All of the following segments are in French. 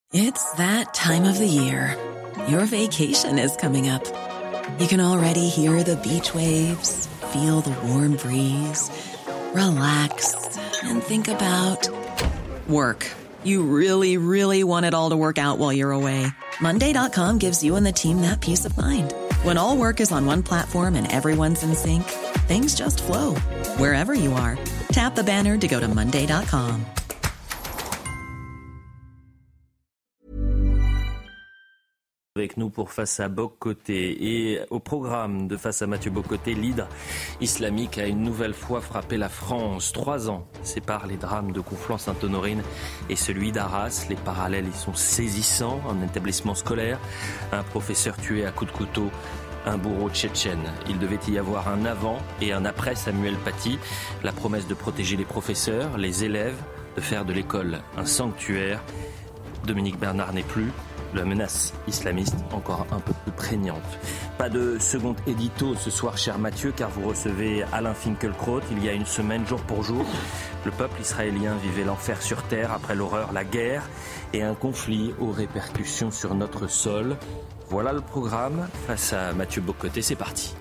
It's that time of the year. Your vacation is coming up. You can already hear the beach waves, feel the warm breeze, relax, and think about work. You really, really want it all to work out while you're away. Monday.com gives you and the team that peace of mind. When all work is on one platform and everyone's in sync, things just flow. Wherever you are, tap the banner to go to Monday.com. Avec nous pour Face à Bock-Côté. Et au programme de Face à Mathieu Bock-Côté, l'hydre islamique a une nouvelle fois frappé la France. 3 ans séparent les drames de Conflans-Sainte-Honorine et celui d'Arras. Les parallèles y sont saisissants. Un établissement scolaire, un professeur tué à coups de couteau, un bourreau tchétchène. Il devait y avoir un avant et un après Samuel Paty. La promesse de protéger les professeurs, les élèves, de faire de l'école un sanctuaire. Dominique Bernard n'est plus. La menace islamiste encore un peu plus prégnante. Pas de second édito ce soir, cher Mathieu, car vous recevez Alain Finkielkraut. Il y a une semaine, jour pour jour, le peuple israélien vivait l'enfer sur terre après l'horreur, la guerre et un conflit aux répercussions sur notre sol. Voilà le programme. Face à Mathieu Bock-Côté, c'est parti.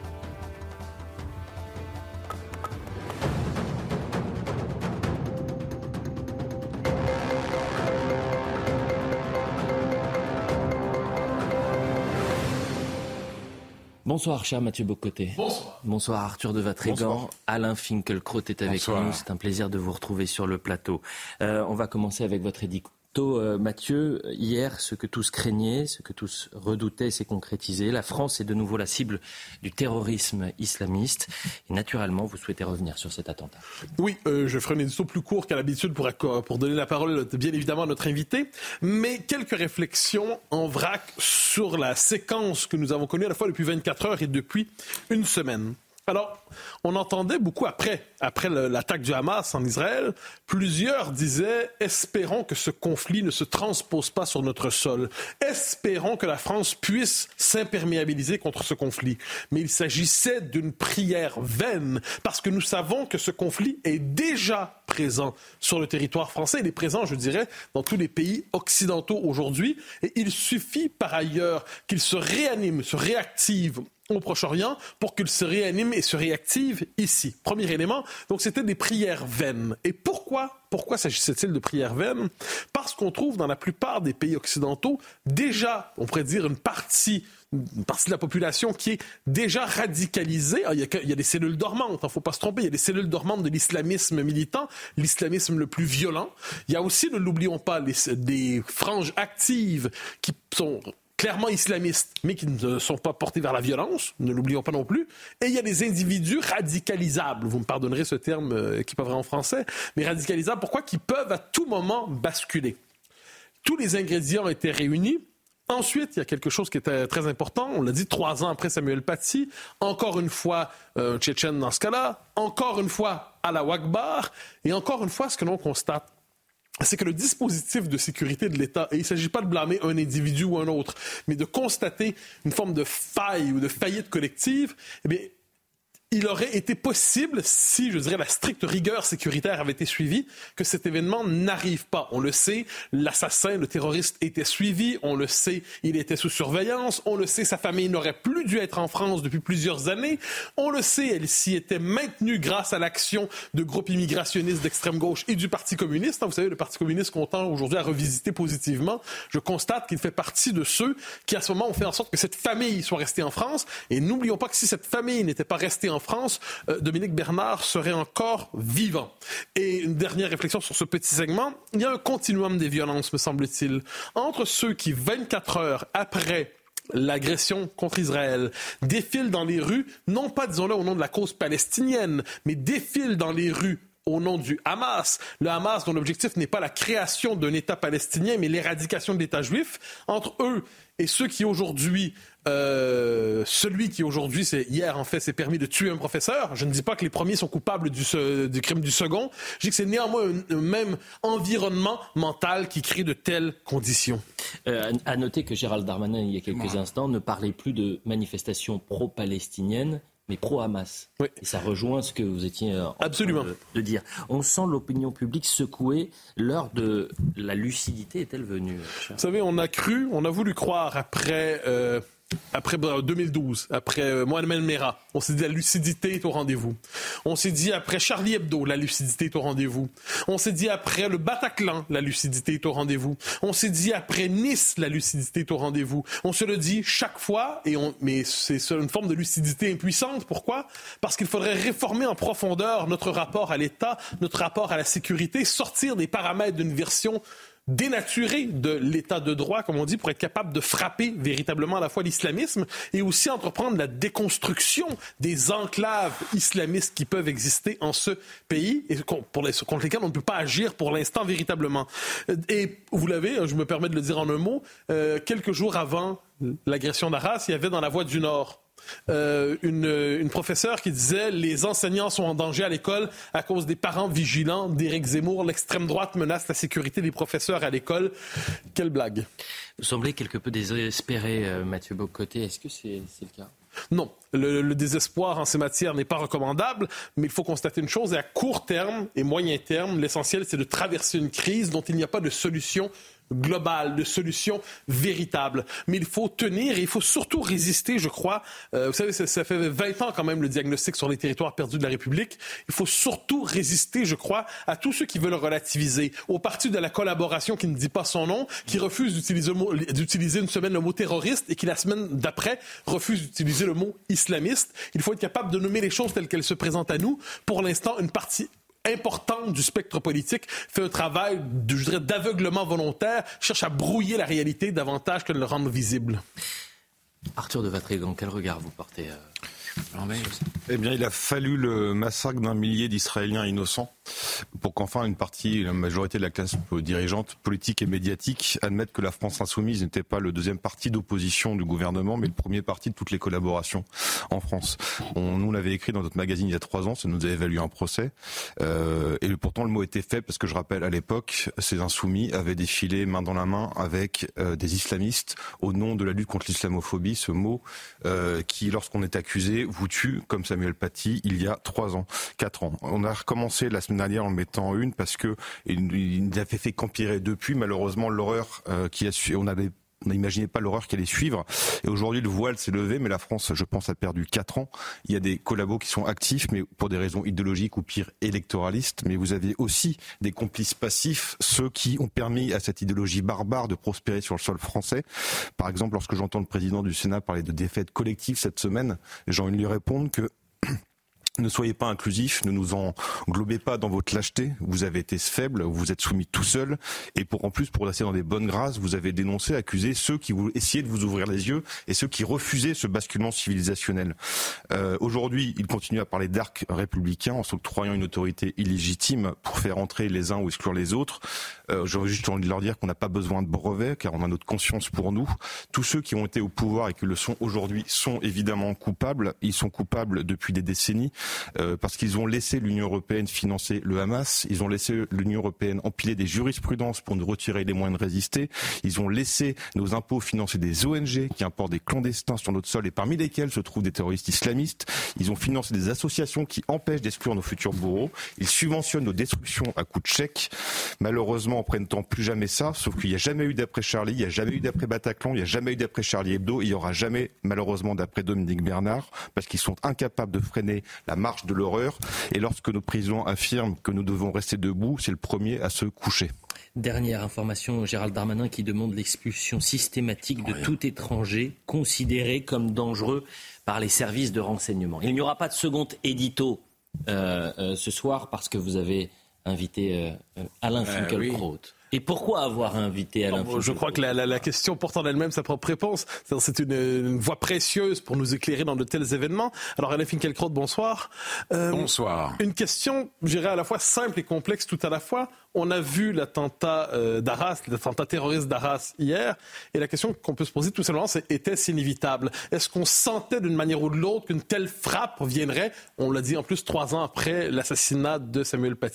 Bonsoir, cher Mathieu Bock-Côté. Bonsoir. Bonsoir, Arthur de Vatrigan. Bonsoir. Alain Finkielkraut est avec nous. C'est un plaisir de vous retrouver sur le plateau. On va commencer avec votre édito. Mathieu, hier, ce que tous craignaient, ce que tous redoutaient s'est concrétisé. La France est de nouveau la cible du terrorisme islamiste. Et naturellement, vous souhaitez revenir sur cet attentat. Oui, je ferai un édito plus court qu'à l'habitude pour donner la parole, bien évidemment, à notre invité. Mais quelques réflexions en vrac sur la séquence que nous avons connue à la fois depuis 24 heures et depuis une semaine. Alors, on entendait beaucoup après l'attaque du Hamas en Israël, plusieurs disaient « Espérons que ce conflit ne se transpose pas sur notre sol. Espérons que la France puisse s'imperméabiliser contre ce conflit. » Mais il s'agissait d'une prière vaine, parce que nous savons que ce conflit est déjà présent sur le territoire français. Il est présent, je dirais, dans tous les pays occidentaux aujourd'hui. Et il suffit par ailleurs qu'il se réanime, se réactive au Proche-Orient pour qu'il se réanime et se réactive ici. Premier élément, donc c'était des prières vaines. Et pourquoi s'agissait-il de prières vaines? Parce qu'on trouve dans la plupart des pays occidentaux déjà, on pourrait dire, une partie de la population qui est déjà radicalisée. Alors, il y a des cellules dormantes, il ne faut pas se tromper, il y a des cellules dormantes de l'islamisme militant, l'islamisme le plus violent. Il y a aussi, ne l'oublions pas, des franges actives qui sont clairement islamistes, mais qui ne sont pas portés vers la violence, ne l'oublions pas non plus. Et il y a des individus radicalisables, vous me pardonnerez ce terme qui n'est pas vrai en français, mais radicalisables, pourquoi? Qui peuvent à tout moment basculer. Tous les ingrédients étaient réunis. Ensuite, il y a quelque chose qui était très important, on l'a dit 3 ans après Samuel Paty, encore une fois Tchétchène dans ce cas-là, encore une fois Allahu Akbar, et encore une fois ce que l'on constate, c'est que le dispositif de sécurité de l'État, et il ne s'agit pas de blâmer un individu ou un autre, mais de constater une forme de faille ou de faillite collective, eh bien, il aurait été possible, si, je dirais, la stricte rigueur sécuritaire avait été suivie, que cet événement n'arrive pas. On le sait, l'assassin, le terroriste était suivi, on le sait, il était sous surveillance, on le sait, sa famille n'aurait plus dû être en France depuis plusieurs années, on le sait, elle s'y était maintenue grâce à l'action de groupes immigrationnistes d'extrême gauche et du Parti communiste. Vous savez, le Parti communiste qu'on tend aujourd'hui à revisiter positivement, je constate qu'il fait partie de ceux qui, à ce moment, ont fait en sorte que cette famille soit restée en France. Et n'oublions pas que si cette famille n'était pas restée en France, Dominique Bernard serait encore vivant. Et une dernière réflexion sur ce petit segment, il y a un continuum des violences, me semble-t-il, entre ceux qui, 24 heures après l'agression contre Israël, défilent dans les rues, non pas, disons-le, au nom de la cause palestinienne, mais défilent dans les rues au nom du Hamas. Le Hamas, dont l'objectif n'est pas la création d'un État palestinien, mais l'éradication de l'État juif. Entre eux et ceux qui aujourd'hui, celui qui aujourd'hui, hier en fait, s'est permis de tuer un professeur. Je ne dis pas que les premiers sont coupables du crime du second. Je dis que c'est néanmoins un même environnement mental qui crée de telles conditions. À noter que Gérald Darmanin, il y a quelques instants, ne parlait plus de manifestations pro-palestiniennes, mais pro-Hamas. Oui. Et ça rejoint ce que vous étiez en Absolument train de dire. On sent l'opinion publique secouée. L'heure de la lucidité est-elle venue? Vous savez, on a voulu croire après 2012, après Mohamed Merah, on s'est dit la lucidité est au rendez-vous. On s'est dit après Charlie Hebdo, la lucidité est au rendez-vous. On s'est dit après le Bataclan, la lucidité est au rendez-vous. On s'est dit après Nice, la lucidité est au rendez-vous. On se le dit chaque fois, mais c'est une forme de lucidité impuissante. Pourquoi? Parce qu'il faudrait réformer en profondeur notre rapport à l'État, notre rapport à la sécurité, sortir des paramètres d'une version dénaturer de l'état de droit, comme on dit, pour être capable de frapper véritablement à la fois l'islamisme et aussi entreprendre la déconstruction des enclaves islamistes qui peuvent exister en ce pays et contre lesquels on ne peut pas agir pour l'instant véritablement. Et vous l'avez, je me permets de le dire en un mot, quelques jours avant l'agression d'Arras, il y avait dans La Voix du Nord une professeure qui disait « Les enseignants sont en danger à l'école à cause des parents vigilants d'Éric Zemmour. L'extrême droite menace la sécurité des professeurs à l'école. » Quelle blague. Vous semblez quelque peu désespéré, Mathieu Bock-Côté. Est-ce que c'est le cas? Non, le désespoir en ces matières n'est pas recommandable, mais il faut constater une chose, et à court terme et moyen terme, l'essentiel c'est de traverser une crise dont il n'y a pas de solution globale, de solution véritable. Mais il faut tenir et il faut surtout résister, je crois. Vous savez, ça fait 20 ans quand même le diagnostic sur les territoires perdus de la République. Il faut surtout résister, je crois, à tous ceux qui veulent relativiser. Au parti de la collaboration qui ne dit pas son nom, qui refuse d'utiliser une semaine le mot terroriste et qui la semaine d'après refuse d'utiliser le mot islamiste. Il faut être capable de nommer les choses telles qu'elles se présentent à nous. Pour l'instant, une partie importante du spectre politique fait un travail, je dirais, d'aveuglement volontaire, cherche à brouiller la réalité davantage que de le rendre visible. Arthur de Vatrigan, quel regard vous portez Eh bien, il a fallu le massacre d'un millier d'Israéliens innocents pour qu'enfin la majorité de la classe dirigeante, politique et médiatique, admette que la France insoumise n'était pas le deuxième parti d'opposition du gouvernement, mais le premier parti de toutes les collaborations en France. Nous l'avait écrit dans notre magazine il y a 3 ans, ça nous avait valu un procès. Et pourtant, le mot était fait parce que je rappelle, à l'époque, ces insoumis avaient défilé main dans la main avec des islamistes au nom de la lutte contre l'islamophobie, ce mot qui, lorsqu'on est accusé, vous tue, comme Samuel Paty, il y a 4 ans. On a recommencé la semaine dernière en le mettant en une parce que il n'avait fait qu'empirer depuis, malheureusement, l'horreur on n'imaginait pas l'horreur qui allait suivre. Et aujourd'hui, le voile s'est levé, mais la France, je pense, a perdu 4 ans. Il y a des collabos qui sont actifs, mais pour des raisons idéologiques ou pire, électoralistes. Mais vous avez aussi des complices passifs, ceux qui ont permis à cette idéologie barbare de prospérer sur le sol français. Par exemple, lorsque j'entends le président du Sénat parler de défaite collective cette semaine, j'ai envie de lui répondre que ne soyez pas inclusifs, ne nous englobez pas dans votre lâcheté, vous avez été faible, vous vous êtes soumis tout seul, et pour rester dans des bonnes grâces, vous avez dénoncé, accusé ceux qui essayaient de vous ouvrir les yeux et ceux qui refusaient ce basculement civilisationnel. Aujourd'hui, il continue à parler d'arc républicain en s'octroyant une autorité illégitime pour faire entrer les uns ou exclure les autres. J'aurais juste envie de leur dire qu'on n'a pas besoin de brevets, car on a notre conscience pour nous. Tous ceux qui ont été au pouvoir et qui le sont aujourd'hui sont évidemment coupables. Ils sont coupables depuis des décennies. Parce qu'ils ont laissé l'Union européenne financer le Hamas, ils ont laissé l'Union européenne empiler des jurisprudences pour nous retirer les moyens de résister, ils ont laissé nos impôts financer des ONG qui importent des clandestins sur notre sol et parmi lesquels se trouvent des terroristes islamistes, ils ont financé des associations qui empêchent d'exclure nos futurs bourreaux, ils subventionnent nos destructions à coups de chèques. Malheureusement, on ne prend plus jamais ça, sauf qu'il n'y a jamais eu d'après Charlie, il n'y a jamais eu d'après Bataclan, il n'y a jamais eu d'après Charlie Hebdo, il n'y aura jamais malheureusement d'après Dominique Bernard, parce qu'ils sont incapables de freiner la marche de l'horreur. Et lorsque nos présidents affirment que nous devons rester debout, c'est le premier à se coucher. Dernière information, Gérald Darmanin qui demande l'expulsion systématique de tout étranger considéré comme dangereux par les services de renseignement. Il n'y aura pas de second édito ce soir parce que vous avez invité Alain Finkielkraut. Oui. Et pourquoi avoir invité Alain Finkielkraut ? Je crois que la question porte en elle-même sa propre réponse. C'est une voie précieuse pour nous éclairer dans de tels événements. Alors Alain Finkielkraut, bonsoir. Bonsoir. Une question, je dirais, à la fois simple et complexe tout à la fois. On a vu l'attentat d'Arras, l'attentat terroriste d'Arras hier, et la question qu'on peut se poser tout simplement, c'est était-ce inévitable ? Est-ce qu'on sentait d'une manière ou de l'autre qu'une telle frappe viendrait, on l'a dit en plus 3 ans après l'assassinat de Samuel Paty ?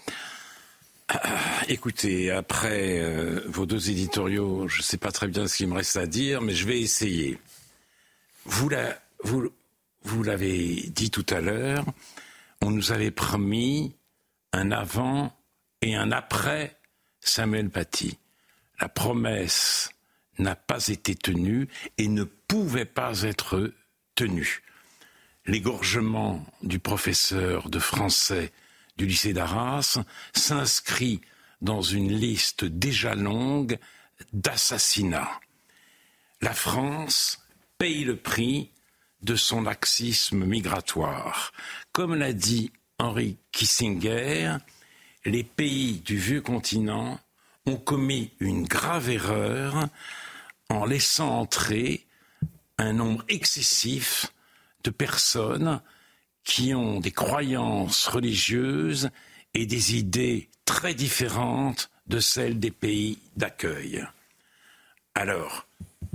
Écoutez, après vos 2 éditoriaux, je ne sais pas très bien ce qu'il me reste à dire, mais je vais essayer. Vous vous l'avez dit tout à l'heure, on nous avait promis un avant et un après Samuel Paty. La promesse n'a pas été tenue et ne pouvait pas être tenue. L'égorgement du professeur de français du lycée d'Arras s'inscrit dans une liste déjà longue d'assassinats. La France paye le prix de son laxisme migratoire. Comme l'a dit Henry Kissinger, les pays du vieux continent ont commis une grave erreur en laissant entrer un nombre excessif de personnes qui ont des croyances religieuses et des idées très différentes de celles des pays d'accueil. Alors,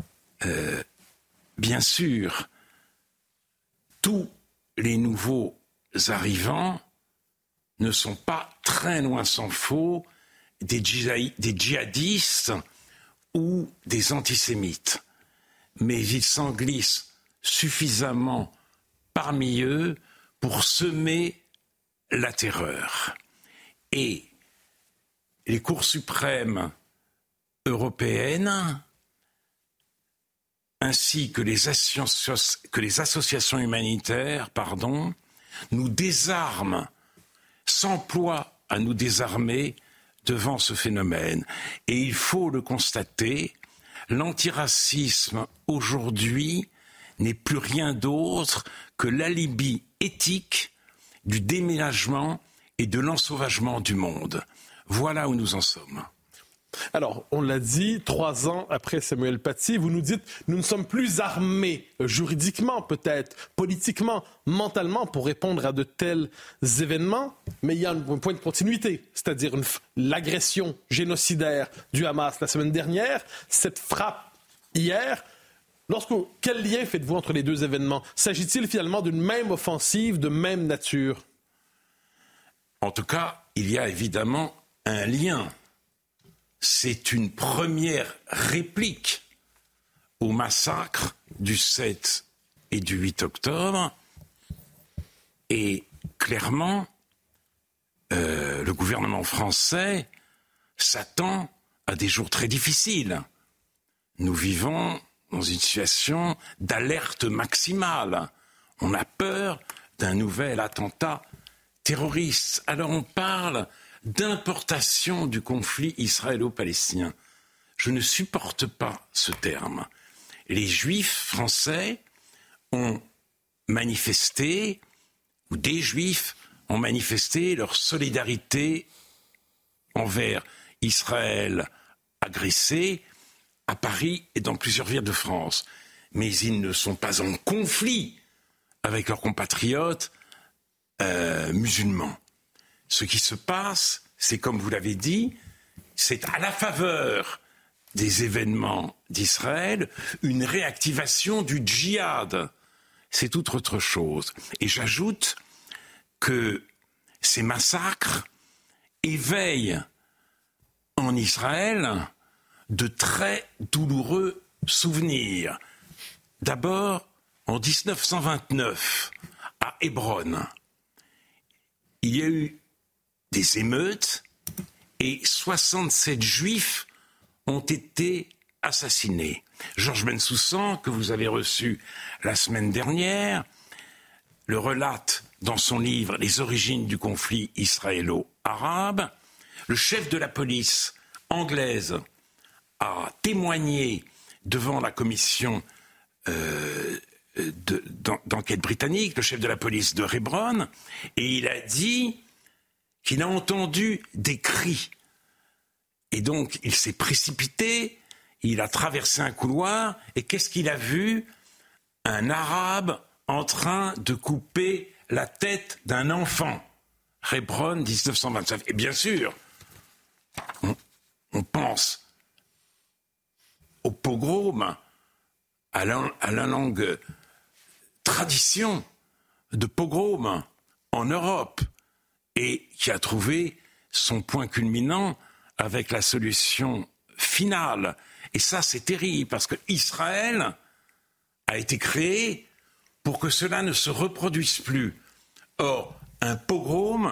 bien sûr, tous les nouveaux arrivants ne sont pas, très loin s'en faut, des djihadistes ou des antisémites. Mais ils s'en glissent suffisamment parmi eux pour semer la terreur. Et les cours suprêmes européennes, ainsi que les associations humanitaires, nous désarment, s'emploient à nous désarmer devant ce phénomène. Et il faut le constater, l'antiracisme aujourd'hui n'est plus rien d'autre que l'alibi éthique du déménagement et de l'ensauvagement du monde. Voilà où nous en sommes. Alors, on l'a dit, 3 ans après Samuel Paty, vous nous dites, nous ne sommes plus armés, juridiquement peut-être, politiquement, mentalement, pour répondre à de tels événements, mais il y a un point de continuité, c'est-à-dire l'agression génocidaire du Hamas la semaine dernière, cette frappe hier. Quel lien faites-vous entre les deux événements? S'agit-il finalement d'une même offensive, de même nature? En tout cas, il y a évidemment un lien. C'est une première réplique au massacre du 7 et du 8 octobre. Et clairement, le gouvernement français s'attend à des jours très difficiles. Nous vivons dans une situation d'alerte maximale. On a peur d'un nouvel attentat terroriste. Alors on parle d'importation du conflit israélo-palestinien. Je ne supporte pas ce terme. Les Juifs français ont manifesté, ou des Juifs ont manifesté leur solidarité envers Israël agressé à Paris et dans plusieurs villes de France. Mais ils ne sont pas en conflit avec leurs compatriotes musulmans. Ce qui se passe, c'est comme vous l'avez dit, c'est à la faveur des événements d'Israël, une réactivation du djihad. C'est tout autre chose. Et j'ajoute que ces massacres éveillent en Israël de très douloureux souvenirs. D'abord, en 1929, à Hébron, il y a eu des émeutes et 67 Juifs ont été assassinés. Georges Bensoussan, que vous avez reçu la semaine dernière, le relate dans son livre « Les origines du conflit israélo-arabe ». Le chef de la police anglaise a témoigné devant la commission d'enquête britannique, le chef de la police de Hébron, et il a dit qu'il a entendu des cris. Et donc, il s'est précipité, il a traversé un couloir, et qu'est-ce qu'il a vu? Un Arabe en train de couper la tête d'un enfant. Hébron, 1929. Et bien sûr, on pense au pogrom, à la longue tradition de pogrom en Europe, et qui a trouvé son point culminant avec la solution finale. Et ça, c'est terrible, parce que Israël a été créé pour que cela ne se reproduise plus. Or, un pogrom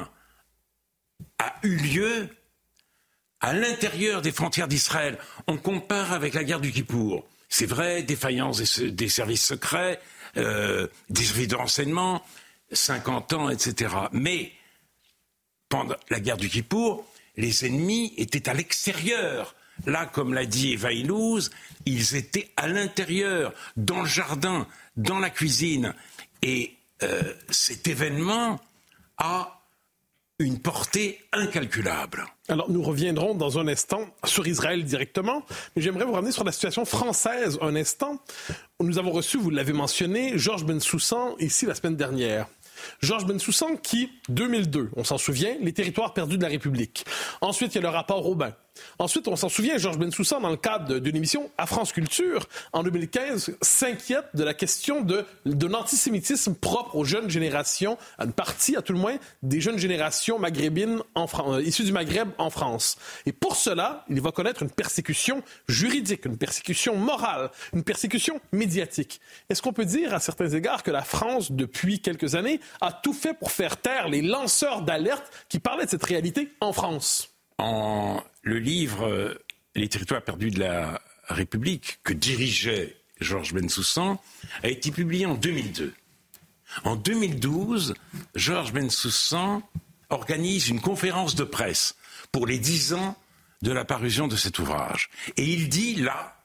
a eu lieu à l'intérieur des frontières d'Israël. On compare avec la guerre du Kippour. C'est vrai, défaillance des services secrets, des services de renseignement, 50 ans, etc. Mais pendant la guerre du Kippour, les ennemis étaient à l'extérieur. Là, comme l'a dit Eva Illouz, ils étaient à l'intérieur, dans le jardin, dans la cuisine. Et cet événement a une portée incalculable. Alors, nous reviendrons dans un instant sur Israël directement, mais j'aimerais vous ramener sur la situation française un instant. Nous avons reçu, vous l'avez mentionné, Georges Bensoussan ici la semaine dernière. Georges Bensoussan qui, 2002, on s'en souvient, les territoires perdus de la République. Ensuite, il y a le rapport Robin. Ensuite, on s'en souvient, Georges Bensoussan, dans le cadre d'une émission à France Culture, en 2015, s'inquiète de la question de l'antisémitisme propre aux jeunes générations, à une partie, à tout le moins, des jeunes générations maghrébines issues du Maghreb en France. Et pour cela, il va connaître une persécution juridique, une persécution morale, une persécution médiatique. Est-ce qu'on peut dire, à certains égards, que la France, depuis quelques années, a tout fait pour faire taire les lanceurs d'alerte qui parlaient de cette réalité en France? Le livre « Les territoires perdus de la République » que dirigeait Georges Bensoussan a été publié en 2002. En 2012, Georges Bensoussan organise une conférence de presse pour les 10 ans de la parution de cet ouvrage. Et il dit là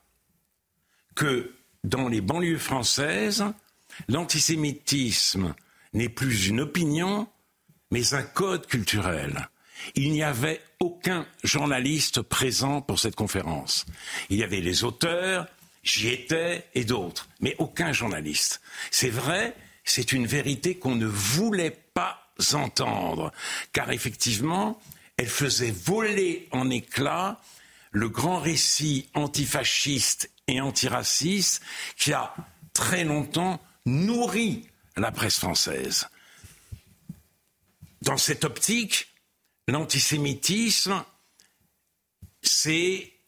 que dans les banlieues françaises, l'antisémitisme n'est plus une opinion, mais un code culturel. Il n'y avait aucun journaliste présent pour cette conférence. Il y avait les auteurs, j'y étais, et d'autres, mais aucun journaliste. C'est vrai, c'est une vérité qu'on ne voulait pas entendre, car effectivement, elle faisait voler en éclats le grand récit antifasciste et antiraciste qui a très longtemps nourri la presse française. Dans cette optique, l'antisémitisme, c'est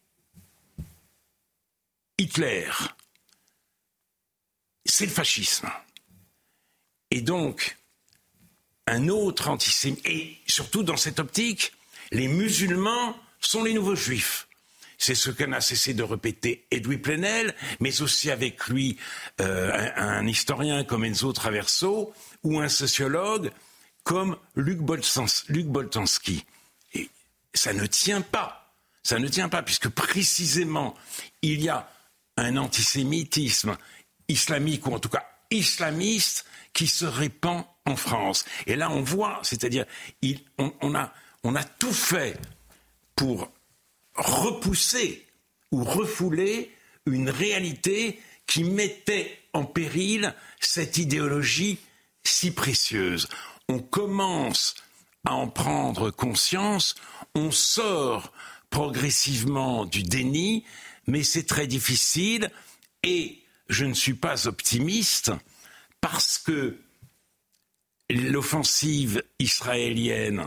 Hitler, c'est le fascisme. Et donc, un autre antisémitisme, et surtout dans cette optique, les musulmans sont les nouveaux juifs. C'est ce que n'a cessé de répéter Edoui Plenel, mais aussi avec lui un historien comme Enzo Traverso ou un sociologue comme Luc Boltanski. Et ça ne tient pas, puisque précisément, il y a un antisémitisme islamique, ou en tout cas islamiste, qui se répand en France. Et là, on voit, c'est-à-dire, on a tout fait pour repousser ou refouler une réalité qui mettait en péril cette idéologie si précieuse. On commence à en prendre conscience, on sort progressivement du déni, mais c'est très difficile et je ne suis pas optimiste parce que l'offensive israélienne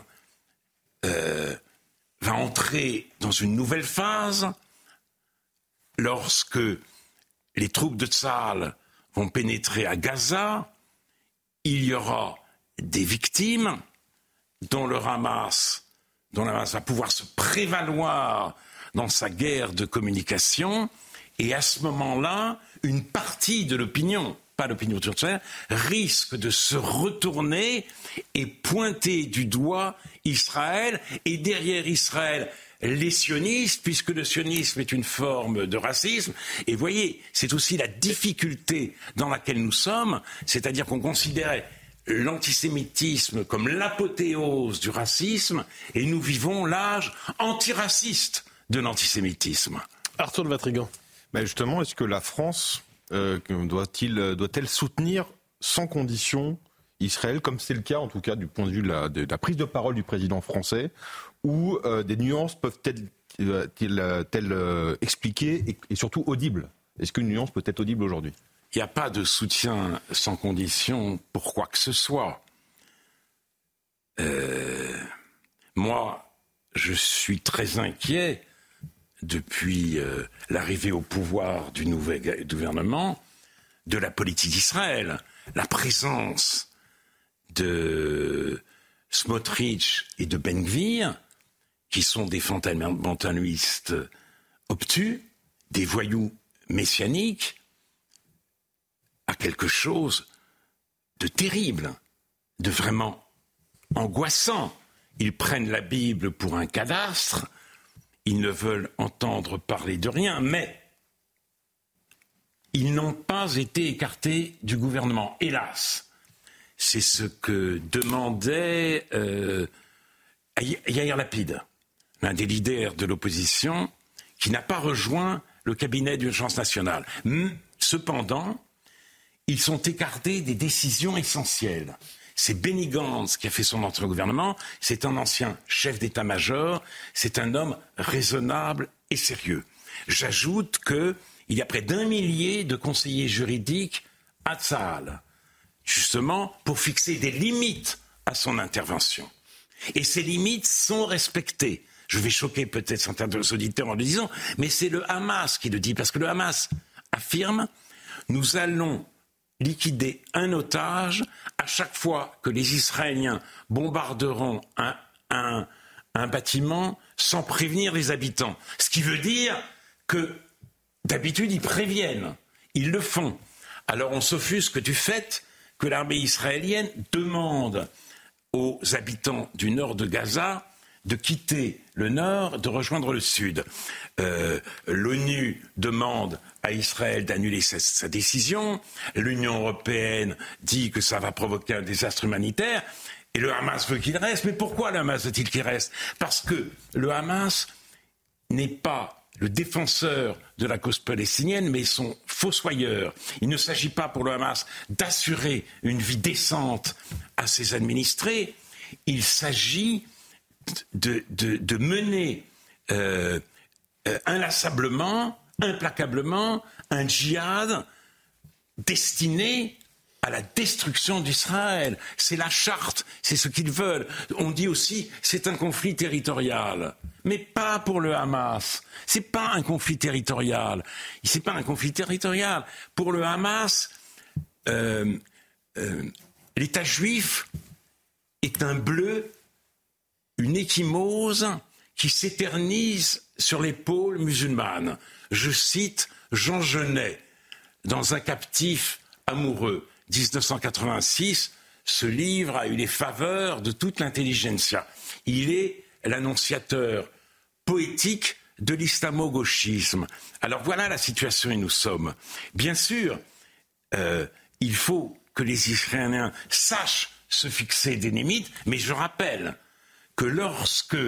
va entrer dans une nouvelle phase lorsque les troupes de Tsahal vont pénétrer à Gaza, il y aura des victimes dont le Hamas va pouvoir se prévaloir dans sa guerre de communication, et à ce moment-là, une partie de l'opinion, pas l'opinion turque, risque de se retourner et pointer du doigt Israël, et derrière Israël, les sionistes, puisque le sionisme est une forme de racisme. Et vous voyez, c'est aussi la difficulté dans laquelle nous sommes, c'est-à-dire qu'on considérait l'antisémitisme comme l'apothéose du racisme, et nous vivons l'âge antiraciste de l'antisémitisme. Arthur de Vatrigan. Mais justement, est-ce que la France doit-elle soutenir sans condition Israël, comme c'est le cas en tout cas du point de vue de la prise de parole du président français, où des nuances peuvent-elles expliquées et surtout audibles? Est-ce qu'une nuance peut être audible aujourd'hui? Il n'y a pas de soutien sans condition pour quoi que ce soit. Moi, je suis très inquiet depuis l'arrivée au pouvoir du nouvel gouvernement de la politique d'Israël. la présence de Smotrich et de Ben Gvir, qui sont des fondamentalistes obtus, des voyous messianiques, a quelque chose de terrible, de vraiment angoissant. Ils prennent la Bible pour un cadastre, ils ne veulent entendre parler de rien, mais ils n'ont pas été écartés du gouvernement, hélas. C'est ce que demandait Yair Lapid, l'un des leaders de l'opposition, qui n'a pas rejoint le cabinet d'urgence nationale. Cependant, ils sont écartés des décisions essentielles. C'est Benny Gantz qui a fait son entrée au gouvernement, c'est un ancien chef d'état-major, c'est un homme raisonnable et sérieux. J'ajoute qu'il y a près d'1 millier de conseillers juridiques à Tsahal, justement pour fixer des limites à son intervention. Et ces limites sont respectées. Je vais choquer peut-être certains de nos auditeurs en le disant, mais c'est le Hamas qui le dit, parce que le Hamas affirme « Nous allons liquider un otage à chaque fois que les Israéliens bombarderont un bâtiment sans prévenir les habitants ». Ce qui veut dire que d'habitude ils préviennent, ils le font. Alors on s'offusque du fait que l'armée israélienne demande aux habitants du nord de Gaza de quitter le nord, de rejoindre le sud. L'ONU demande à Israël d'annuler sa décision. L'Union européenne dit que ça va provoquer un désastre humanitaire. Et le Hamas veut qu'il reste. Mais pourquoi le Hamas veut-il qu'il reste ? Parce que le Hamas n'est pas le défenseur de la cause palestinienne, mais son fossoyeur. Il ne s'agit pas pour le Hamas d'assurer une vie décente à ses administrés. Il s'agit de mener inlassablement, implacablement, un djihad destiné à la destruction d'Israël. C'est la charte, c'est ce qu'ils veulent. On dit aussi c'est un conflit territorial, mais pas pour le Hamas. C'est pas un conflit territorial. C'est pas un conflit territorial. Pour le Hamas, l'État juif est un bleu, une échymose qui s'éternise sur l'épaule musulmane. Je cite Jean Genet, dans Un captif amoureux, 1986, ce livre a eu les faveurs de toute l'intelligentsia. Il est l'annonciateur poétique de l'islamo-gauchisme. Alors voilà la situation où nous sommes. Bien sûr, il faut que les Israéliens sachent se fixer des limites, mais je rappelle que lorsque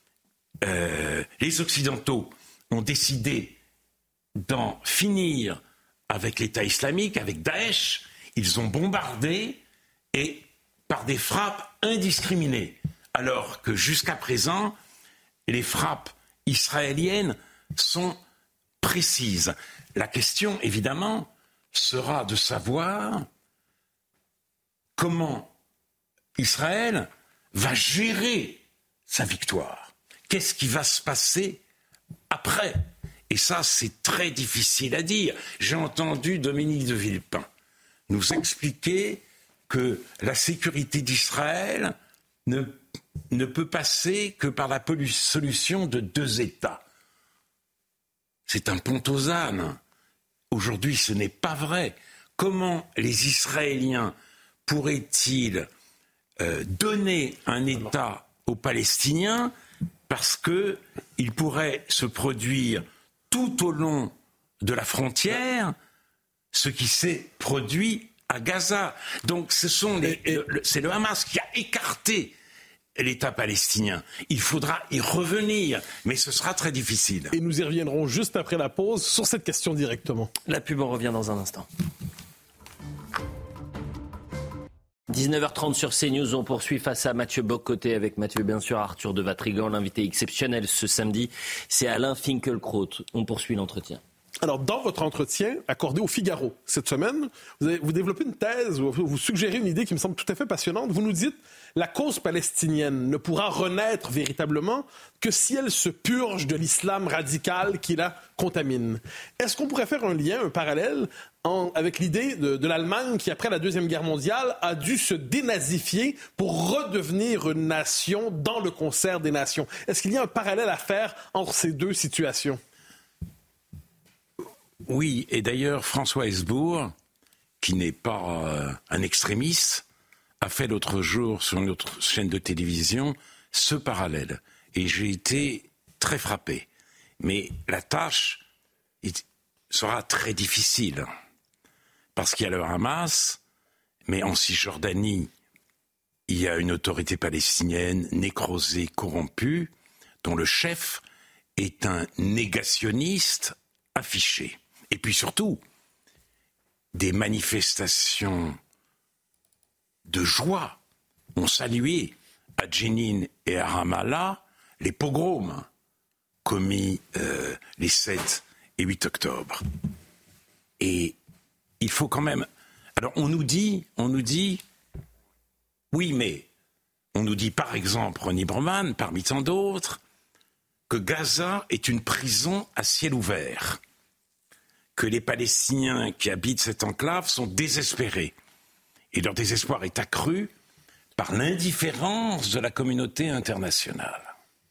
les Occidentaux ont décidé d'en finir avec l'État islamique, avec Daesh, ils ont bombardé et par des frappes indiscriminées, alors que jusqu'à présent, les frappes israéliennes sont précises. La question, évidemment, sera de savoir comment Israël va gérer sa victoire. Qu'est-ce qui va se passer après ? Et ça, c'est très difficile à dire. J'ai entendu Dominique de Villepin nous expliquer que la sécurité d'Israël ne peut passer que par la solution de 2 États. C'est un pont aux ânes. Aujourd'hui, ce n'est pas vrai. Comment les Israéliens pourraient-ils donner un État aux Palestiniens parce qu'il pourrait se produire tout au long de la frontière ce qui s'est produit à Gaza. Donc c'est le Hamas qui a écarté l'État palestinien. Il faudra y revenir, mais ce sera très difficile. Et nous y reviendrons juste après la pause sur cette question directement. La pub, on revient dans un instant. 19h30 sur CNews, on poursuit face à Mathieu Bock-Côté avec Mathieu, bien sûr, Arthur de Vatrigan. L'invité exceptionnel ce samedi, c'est Alain Finkielkraut. On poursuit l'entretien. Alors, dans votre entretien accordé au Figaro cette semaine, vous développez une thèse, vous suggérez une idée qui me semble tout à fait passionnante. Vous nous dites « La cause palestinienne ne pourra renaître véritablement que si elle se purge de l'islam radical qui la contamine ». Est-ce qu'on pourrait faire un lien, un parallèle avec l'idée de l'Allemagne qui, après la Deuxième Guerre mondiale, a dû se dénazifier pour redevenir une nation dans le concert des nations? Est-ce qu'il y a un parallèle à faire entre ces deux situations? Oui, et d'ailleurs, François Hesbourg, qui n'est pas un extrémiste, a fait l'autre jour sur une autre chaîne de télévision ce parallèle. Et j'ai été très frappé. Mais la tâche sera très difficile. Parce qu'il y a le Hamas, mais en Cisjordanie, il y a une autorité palestinienne nécrosée, corrompue, dont le chef est un négationniste affiché. Et puis surtout, des manifestations de joie ont salué à Jenin et à Ramallah les pogroms commis les 7 et 8 octobre. Et il faut quand même... Alors on nous dit, oui, mais on nous dit par exemple, Ronnie Broman, parmi tant d'autres, que Gaza est une prison à ciel ouvert, que les Palestiniens qui habitent cette enclave sont désespérés. Et leur désespoir est accru par l'indifférence de la communauté internationale.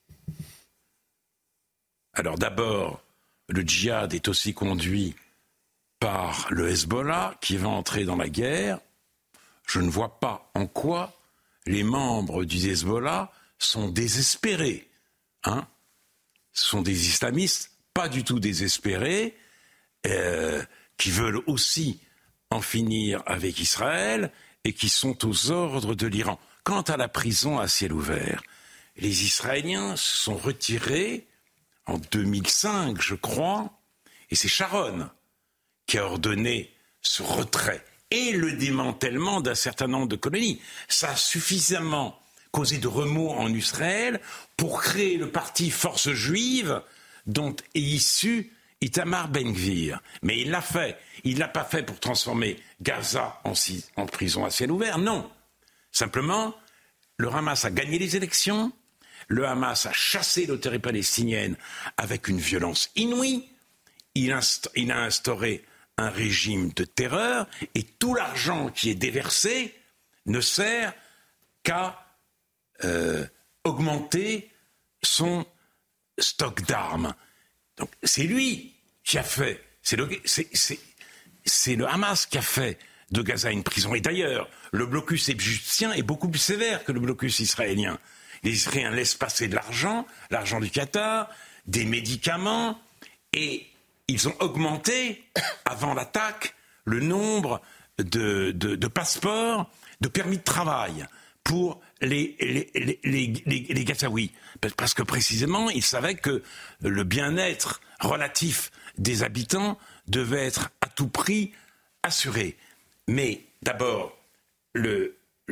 Alors d'abord, le djihad est aussi conduit par le Hezbollah qui va entrer dans la guerre. Je ne vois pas en quoi les membres du Hezbollah sont désespérés. Ce sont des islamistes pas du tout désespérés, qui veulent aussi en finir avec Israël et qui sont aux ordres de l'Iran. Quant à la prison à ciel ouvert, les Israéliens se sont retirés en 2005, je crois, et c'est Sharon qui a ordonné ce retrait et le démantèlement d'un certain nombre de colonies. Ça a suffisamment causé de remous en Israël pour créer le parti Force juive dont est issu Itamar Ben-Gvir. Mais il l'a fait. Il ne l'a pas fait pour transformer Gaza en prison à ciel ouvert, non. Simplement, le Hamas a gagné les élections, le Hamas a chassé l'autorité palestinienne avec une violence inouïe, il a instauré un régime de terreur et tout l'argent qui est déversé ne sert qu'à augmenter son stock d'armes. Donc c'est lui qui a fait, c'est le Hamas qui a fait de Gaza une prison. Et d'ailleurs, le blocus égyptien est beaucoup plus sévère que le blocus israélien. Les Israéliens laissent passer de l'argent du Qatar, des médicaments, et ils ont augmenté, avant l'attaque, le nombre de passeports, de permis de travail pour les Gazaouis. Parce que précisément, ils savaient que le bien-être relatif des habitants devait être à tout prix assuré. Mais d'abord, le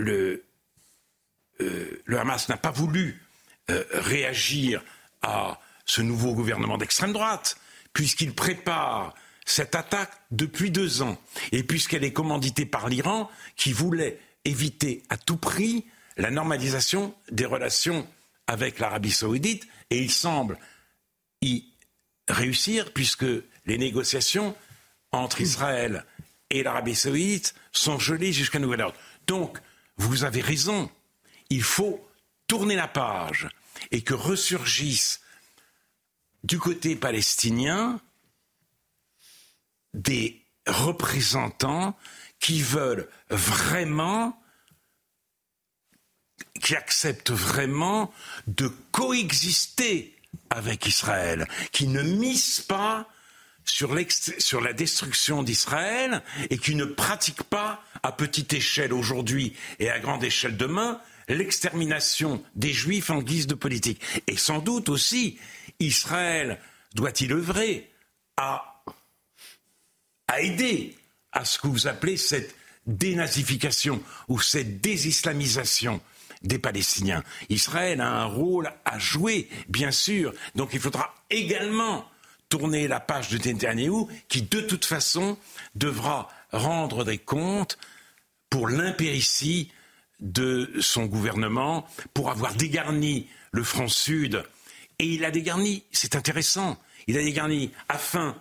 Hamas n'a pas voulu réagir à ce nouveau gouvernement d'extrême droite, puisqu'il prépare cette attaque depuis 2 ans, et puisqu'elle est commanditée par l'Iran, qui voulait éviter à tout prix la normalisation des relations avec l'Arabie saoudite, et il semble y réussir, puisque les négociations entre Israël et l'Arabie saoudite sont gelées jusqu'à nouvel ordre. Donc, vous avez raison, il faut tourner la page, et que ressurgissent du côté palestinien des représentants qui veulent vraiment, qui acceptent vraiment de coexister avec Israël, qui ne misent pas sur la destruction d'Israël et qui ne pratiquent pas à petite échelle aujourd'hui et à grande échelle demain l'extermination des Juifs en guise de politique. Et sans doute aussi, Israël doit-il œuvrer à aider à ce que vous appelez cette dénazification ou cette désislamisation des Palestiniens. Israël a un rôle à jouer, bien sûr, donc il faudra également tourner la page de Netanyahou, qui de toute façon devra rendre des comptes pour l'impéritie de son gouvernement, pour avoir dégarni le front sud. Et il a dégarni, c'est intéressant, il a dégarni afin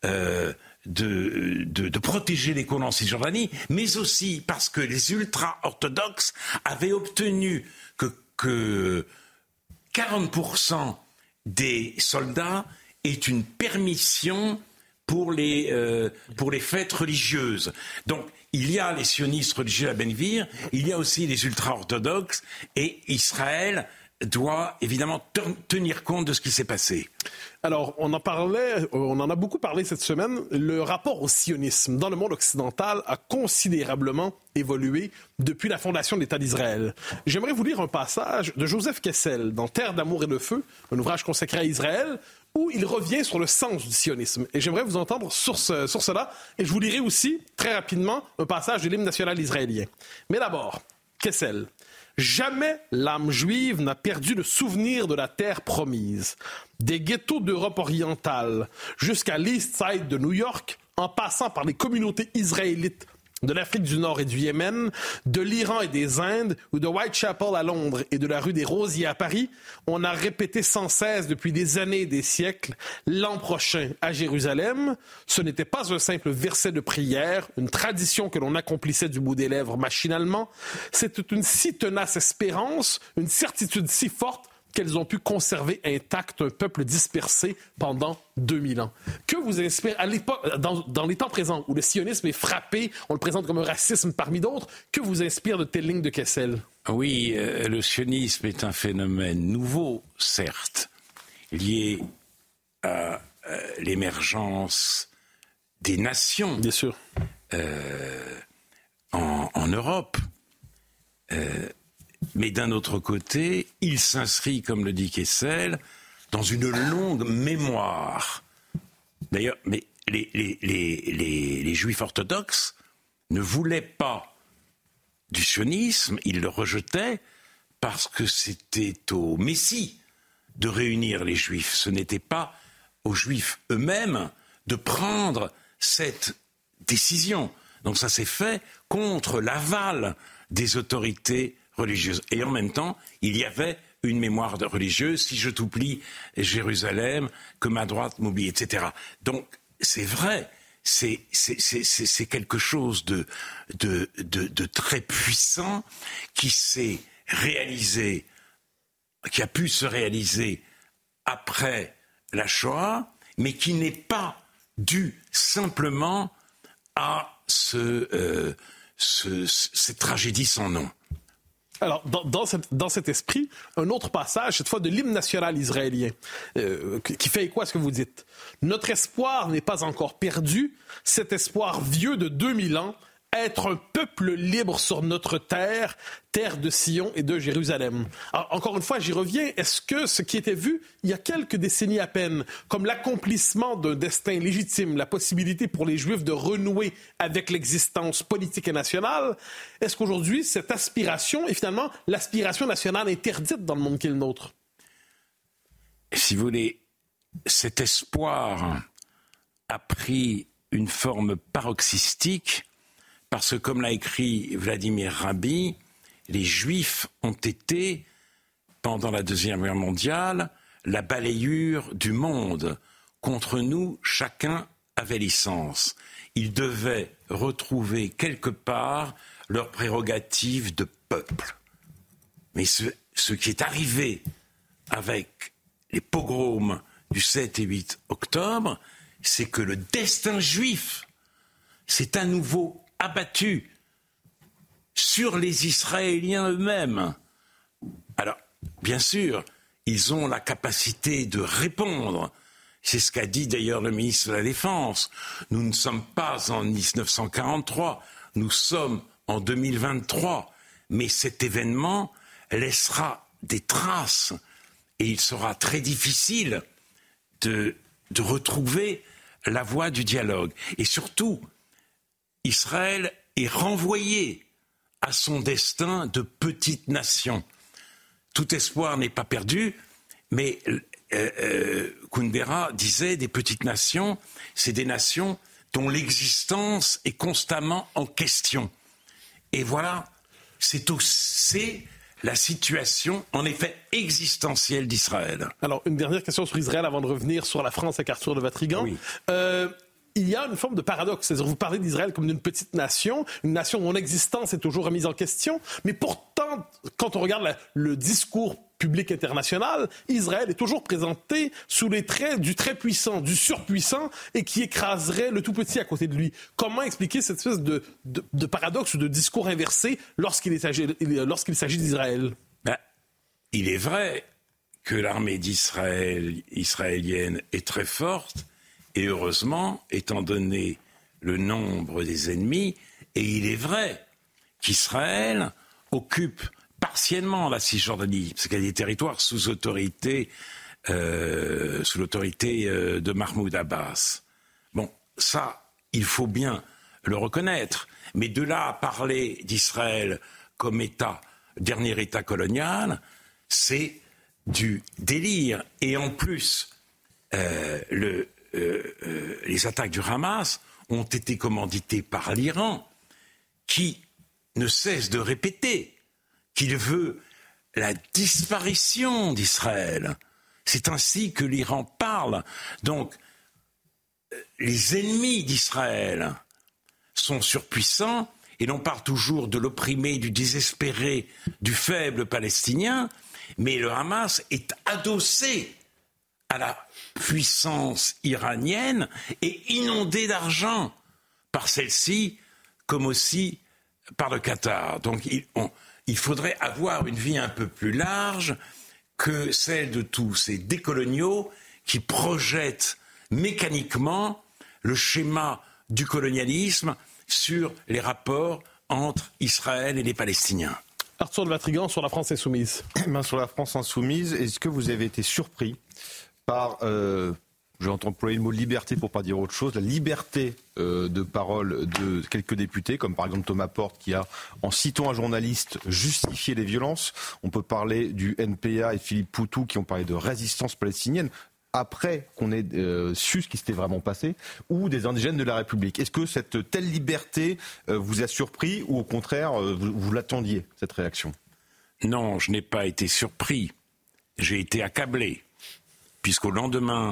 de protéger les colons en Cisjordanie, mais aussi parce que les ultra-orthodoxes avaient obtenu que 40% des soldats aient une permission pour les fêtes religieuses. Donc, il y a les sionistes religieux à Ben Gvir, il y a aussi les ultra-orthodoxes, et Israël doit évidemment tenir compte de ce qui s'est passé. Alors, on en a beaucoup parlé cette semaine. Le rapport au sionisme dans le monde occidental a considérablement évolué depuis la fondation de l'État d'Israël. J'aimerais vous lire un passage de Joseph Kessel dans Terre d'amour et de feu, un ouvrage consacré à Israël, où il revient sur le sens du sionisme. Et j'aimerais vous entendre sur cela. Et je vous lirai aussi, très rapidement, un passage de l'hymne national israélien. Mais d'abord, Kessel. Jamais l'âme juive n'a perdu le souvenir de la terre promise. Des ghettos d'Europe orientale jusqu'à l'East Side de New York, en passant par les communautés israélites de l'Afrique du Nord et du Yémen, de l'Iran et des Indes, ou de Whitechapel à Londres et de la rue des Rosiers à Paris, on a répété sans cesse depuis des années et des siècles, l'an prochain à Jérusalem, ce n'était pas un simple verset de prière, une tradition que l'on accomplissait du bout des lèvres machinalement, c'était une si tenace espérance, une certitude si forte, qu'elles ont pu conserver intact un peuple dispersé pendant 2000 ans. Que vous inspire, à l'époque, dans les temps présents où le sionisme est frappé, on le présente comme un racisme parmi d'autres, que vous inspire de telles lignes de Kessel? Oui, le sionisme est un phénomène nouveau, certes, lié à l'émergence des nations. Bien sûr. En Europe. Mais d'un autre côté, il s'inscrit, comme le dit Kessel, dans une longue mémoire. D'ailleurs, mais les juifs orthodoxes ne voulaient pas du sionisme, ils le rejetaient parce que c'était au Messie de réunir les juifs. Ce n'était pas aux juifs eux-mêmes de prendre cette décision. Donc ça s'est fait contre l'aval des autorités religieuses. Et en même temps, il y avait une mémoire religieuse, si je t'oublie Jérusalem, que ma droite m'oublie, etc. Donc, c'est vrai, c'est quelque chose de très puissant qui s'est réalisé, qui a pu se réaliser après la Shoah, mais qui n'est pas dû simplement à cette tragédie sans nom. Alors, dans cet esprit, un autre passage, cette fois de l'hymne national israélien, qui fait écho à ce que vous dites. Notre espoir n'est pas encore perdu, cet espoir vieux de 2000 ans, être un peuple libre sur notre terre, terre de Sion et de Jérusalem. Alors, encore une fois, j'y reviens. Est-ce que ce qui était vu il y a quelques décennies à peine, comme l'accomplissement d'un destin légitime, la possibilité pour les Juifs de renouer avec l'existence politique et nationale, est-ce qu'aujourd'hui, cette aspiration est finalement l'aspiration nationale interdite dans le monde qui est le nôtre? Si vous voulez, cet espoir a pris une forme paroxystique parce que, comme l'a écrit Vladimir Rabin, les Juifs ont été, pendant la Deuxième Guerre mondiale, la balayure du monde. Contre nous, chacun avait licence. Ils devaient retrouver quelque part leur prérogative de peuple. Mais ce qui est arrivé avec les pogroms du 7 et 8 octobre, c'est que le destin juif s'est à nouveau abattu sur les Israéliens eux-mêmes. Alors, bien sûr, ils ont la capacité de répondre. C'est ce qu'a dit d'ailleurs le ministre de la Défense. Nous ne sommes pas en 1943, nous sommes en 2023. Mais cet événement laissera des traces et il sera très difficile de retrouver la voie du dialogue. Et surtout, Israël est renvoyé à son destin de petite nation. Tout espoir n'est pas perdu, mais Kundera disait des petites nations, c'est des nations dont l'existence est constamment en question. Et voilà, c'est la situation, en effet, existentielle d'Israël. Alors, une dernière question sur Israël avant de revenir sur la France avec Arthur de Vatrigan. Oui. Il y a une forme de paradoxe. C'est-à-dire, vous parlez d'Israël comme d'une petite nation, une nation dont l'existence est toujours remise en question, mais pourtant, quand on regarde le discours public international, Israël est toujours présenté sous les traits du très puissant, du surpuissant, et qui écraserait le tout petit à côté de lui. Comment expliquer cette espèce de paradoxe ou de discours inversé lorsqu'il s'agit d'Israël? Il est vrai que l'armée israélienne est très forte, et heureusement, étant donné le nombre des ennemis, et il est vrai qu'Israël occupe partiellement la Cisjordanie, parce qu'il y a des territoires sous l'autorité de Mahmoud Abbas. Bon, ça, il faut bien le reconnaître. Mais de là à parler d'Israël comme dernier État colonial, c'est du délire. Et en plus, les attaques du Hamas ont été commanditées par l'Iran, qui ne cesse de répéter qu'il veut la disparition d'Israël. C'est ainsi que l'Iran parle. Donc, les ennemis d'Israël sont surpuissants, et l'on parle toujours de l'opprimé, du désespéré, du faible palestinien, mais le Hamas est adossé à la puissance iranienne et inondé d'argent par celle-ci, comme aussi par le Qatar. Donc il faudrait avoir une vie un peu plus large que celle de tous ces décoloniaux qui projettent mécaniquement le schéma du colonialisme sur les rapports entre Israël et les Palestiniens. Arthur de Vatrigan, sur la France insoumise. Sur la France insoumise, est-ce que vous avez été surpris par, je vais employer le mot liberté pour ne pas dire autre chose, la liberté de parole de quelques députés, comme par exemple Thomas Porte, qui a, en citant un journaliste, justifié les violences. On peut parler du NPA et Philippe Poutou, qui ont parlé de résistance palestinienne, après qu'on ait su ce qui s'était vraiment passé, ou des indigènes de la République. Est-ce que cette telle liberté vous a surpris, ou au contraire, vous l'attendiez, cette réaction ? Non, je n'ai pas été surpris. J'ai été accablé. Puisqu'au lendemain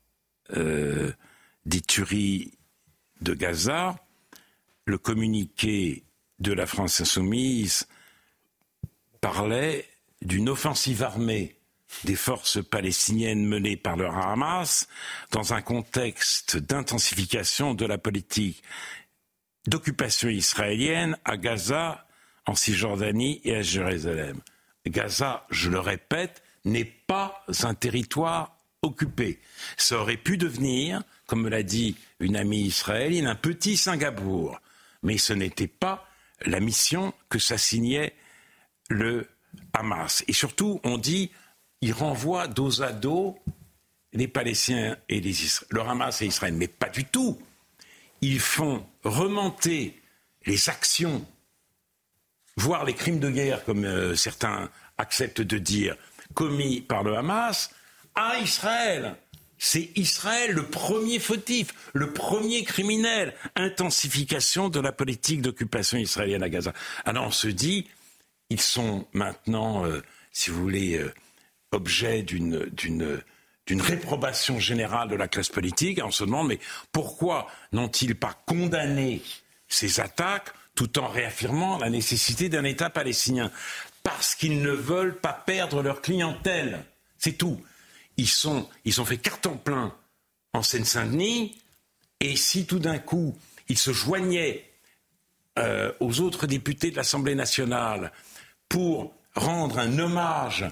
des tueries de Gaza, le communiqué de la France insoumise parlait d'une offensive armée des forces palestiniennes menées par le Hamas dans un contexte d'intensification de la politique d'occupation israélienne à Gaza, en Cisjordanie et à Jérusalem. Gaza, je le répète, n'est pas un territoire occupé. Ça aurait pu devenir, comme me l'a dit une amie israélienne, un petit Singapour. Mais ce n'était pas la mission que s'assignait le Hamas. Et surtout, on dit, il renvoie dos à dos les Palestiniens et le Hamas et Israël. Mais pas du tout. Ils font remonter les actions, voire les crimes de guerre, comme certains acceptent de dire, commis par le Hamas, à Israël. C'est Israël le premier fautif, le premier criminel. Intensification de la politique d'occupation israélienne à Gaza. Alors on se dit, ils sont maintenant, si vous voulez, objet d'une réprobation générale de la classe politique. Et on se demande, mais pourquoi n'ont-ils pas condamné ces attaques tout en réaffirmant la nécessité d'un État palestinien ? Parce qu'ils ne veulent pas perdre leur clientèle. C'est tout. Ils ont fait carton plein en Seine-Saint-Denis, et si tout d'un coup, ils se joignaient aux autres députés de l'Assemblée nationale pour rendre un hommage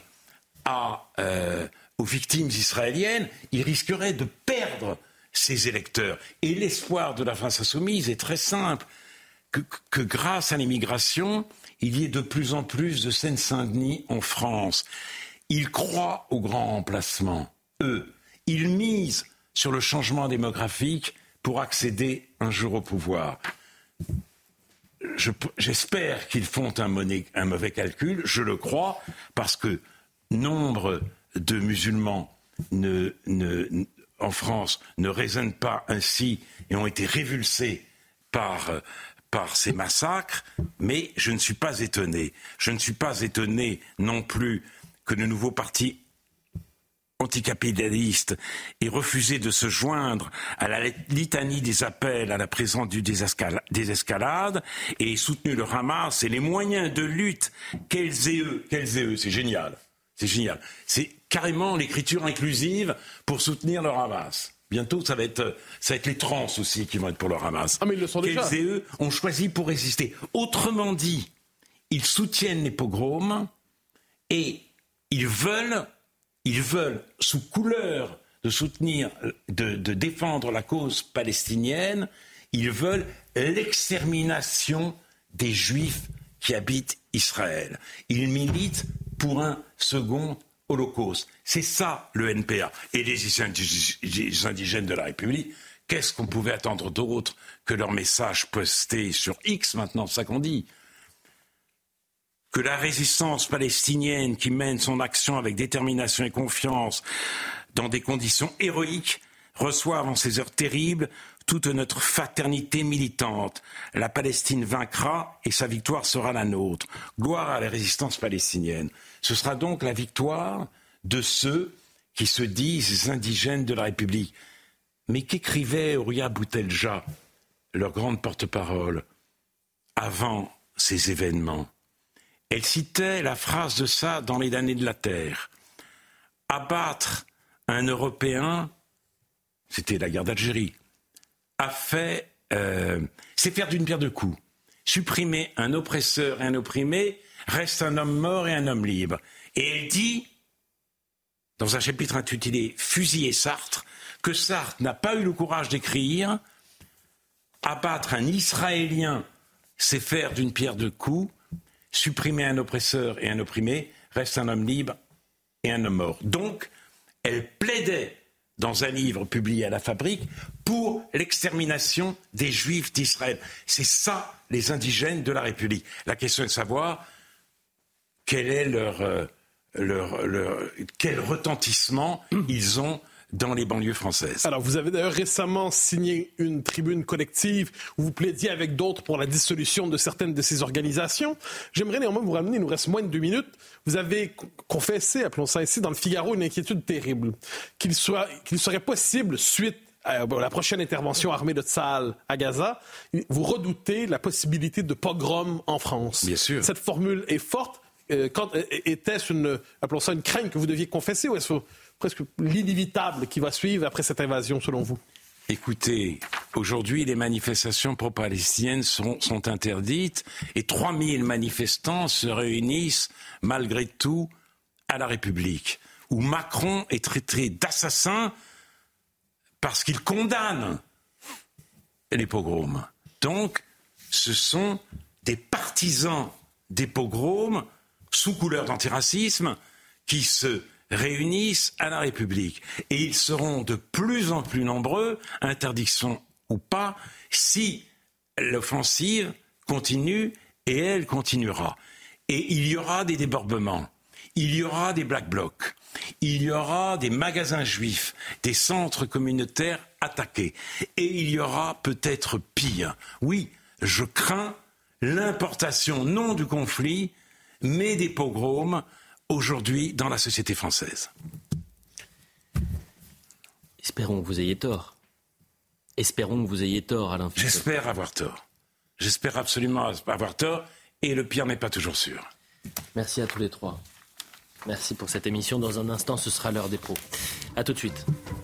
aux victimes israéliennes, ils risqueraient de perdre ces électeurs. Et l'espoir de la France insoumise est très simple, que grâce à l'immigration, il y ait de plus en plus de Seine-Saint-Denis en France. Ils croient au grand remplacement, eux. Ils misent sur le changement démographique pour accéder un jour au pouvoir. J'espère qu'ils font un mauvais calcul, je le crois, parce que nombre de musulmans en France ne raisonnent pas ainsi et ont été révulsés par ces massacres, mais je ne suis pas étonné. Je ne suis pas étonné non plus que le nouveau parti anticapitaliste ait refusé de se joindre à la litanie des appels à la présence du désescalade et ait soutenu le Hamas et les moyens de lutte quels aient eux, c'est génial. C'est carrément l'écriture inclusive pour soutenir le Hamas. Bientôt, ça va être les trans aussi qui vont être pour le Hamas. Ah, mais ils le sont déjà. Quels et eux ont choisi pour résister. Autrement dit, ils soutiennent les pogroms et ils veulent, sous couleur de soutenir, de défendre la cause palestinienne, ils veulent l'extermination des Juifs qui habitent Israël. Ils militent pour un second Holocauste. C'est ça le NPA. Et les indigènes de la République, qu'est-ce qu'on pouvait attendre d'autre que leur message posté sur X maintenant, c'est ça qu'on dit. Que la résistance palestinienne qui mène son action avec détermination et confiance dans des conditions héroïques reçoive en ces heures terribles toute notre fraternité militante. La Palestine vaincra et sa victoire sera la nôtre. Gloire à la résistance palestinienne. Ce sera donc la victoire de ceux qui se disent indigènes de la République. Mais qu'écrivait Ouria Boutelja, leur grande porte-parole, avant ces événements? Elle citait la phrase de ça dans Les damnés de la terre. Abattre un Européen, c'était la guerre d'Algérie, c'est faire d'une pierre deux coups. Supprimer un oppresseur et un opprimé, reste un homme mort et un homme libre. Et elle dit, dans un chapitre intitulé « Fusiller Sartre », que Sartre n'a pas eu le courage d'écrire « Abattre un Israélien, c'est faire d'une pierre deux coups. Supprimer un oppresseur et un opprimé, reste un homme libre et un homme mort. » Donc, elle plaidait dans un livre publié à la Fabrique pour l'extermination des Juifs d'Israël. C'est ça, les indigènes de la République. La question est de savoir quel est quel retentissement ils ont dans les banlieues françaises. Alors, vous avez d'ailleurs récemment signé une tribune collective où vous plaidiez avec d'autres pour la dissolution de certaines de ces organisations. J'aimerais néanmoins vous ramener, il nous reste moins de 2 minutes. Vous avez confessé, appelons ça ici, dans le Figaro, une inquiétude terrible. Qu'il serait possible, suite à la prochaine intervention armée de Tsahal à Gaza, vous redoutez la possibilité de pogrom en France. Bien sûr. Cette formule est forte. Était-ce appelons ça une crainte que vous deviez confesser, ou est-ce presque l'inévitable qui va suivre après cette invasion, selon vous? Écoutez, aujourd'hui, les manifestations pro-palestiniennes sont interdites et 3000 manifestants se réunissent, malgré tout, à la République, où Macron est traité d'assassin parce qu'il condamne les pogroms. Donc, ce sont des partisans des pogroms, sous couleur d'antiracisme, qui se réunissent à la République. Et ils seront de plus en plus nombreux, interdiction ou pas, si l'offensive continue, et elle continuera. Et il y aura des débordements, il y aura des black blocs, il y aura des magasins juifs, des centres communautaires attaqués. Et il y aura peut-être pire. Oui, je crains l'importation, non du conflit, mais des pogroms, aujourd'hui, dans la société française. Espérons que vous ayez tort. Espérons que vous ayez tort, Alain Fischer. J'espère avoir tort. J'espère absolument avoir tort, et le pire n'est pas toujours sûr. Merci à tous les trois. Merci pour cette émission. Dans un instant, ce sera l'heure des pros. À tout de suite.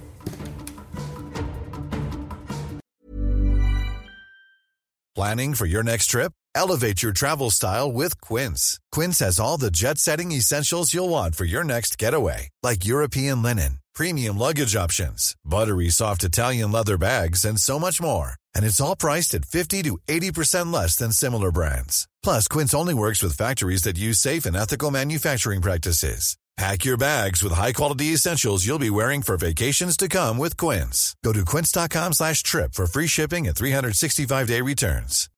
Planning for your next trip? Elevate your travel style with Quince. Quince has all the jet-setting essentials you'll want for your next getaway, like European linen, premium luggage options, buttery soft Italian leather bags, and so much more. And it's all priced at 50 to 80% less than similar brands. Plus, Quince only works with factories that use safe and ethical manufacturing practices. Pack your bags with high-quality essentials you'll be wearing for vacations to come with Quince. Go to quince.com/trip for free shipping and 365-day returns.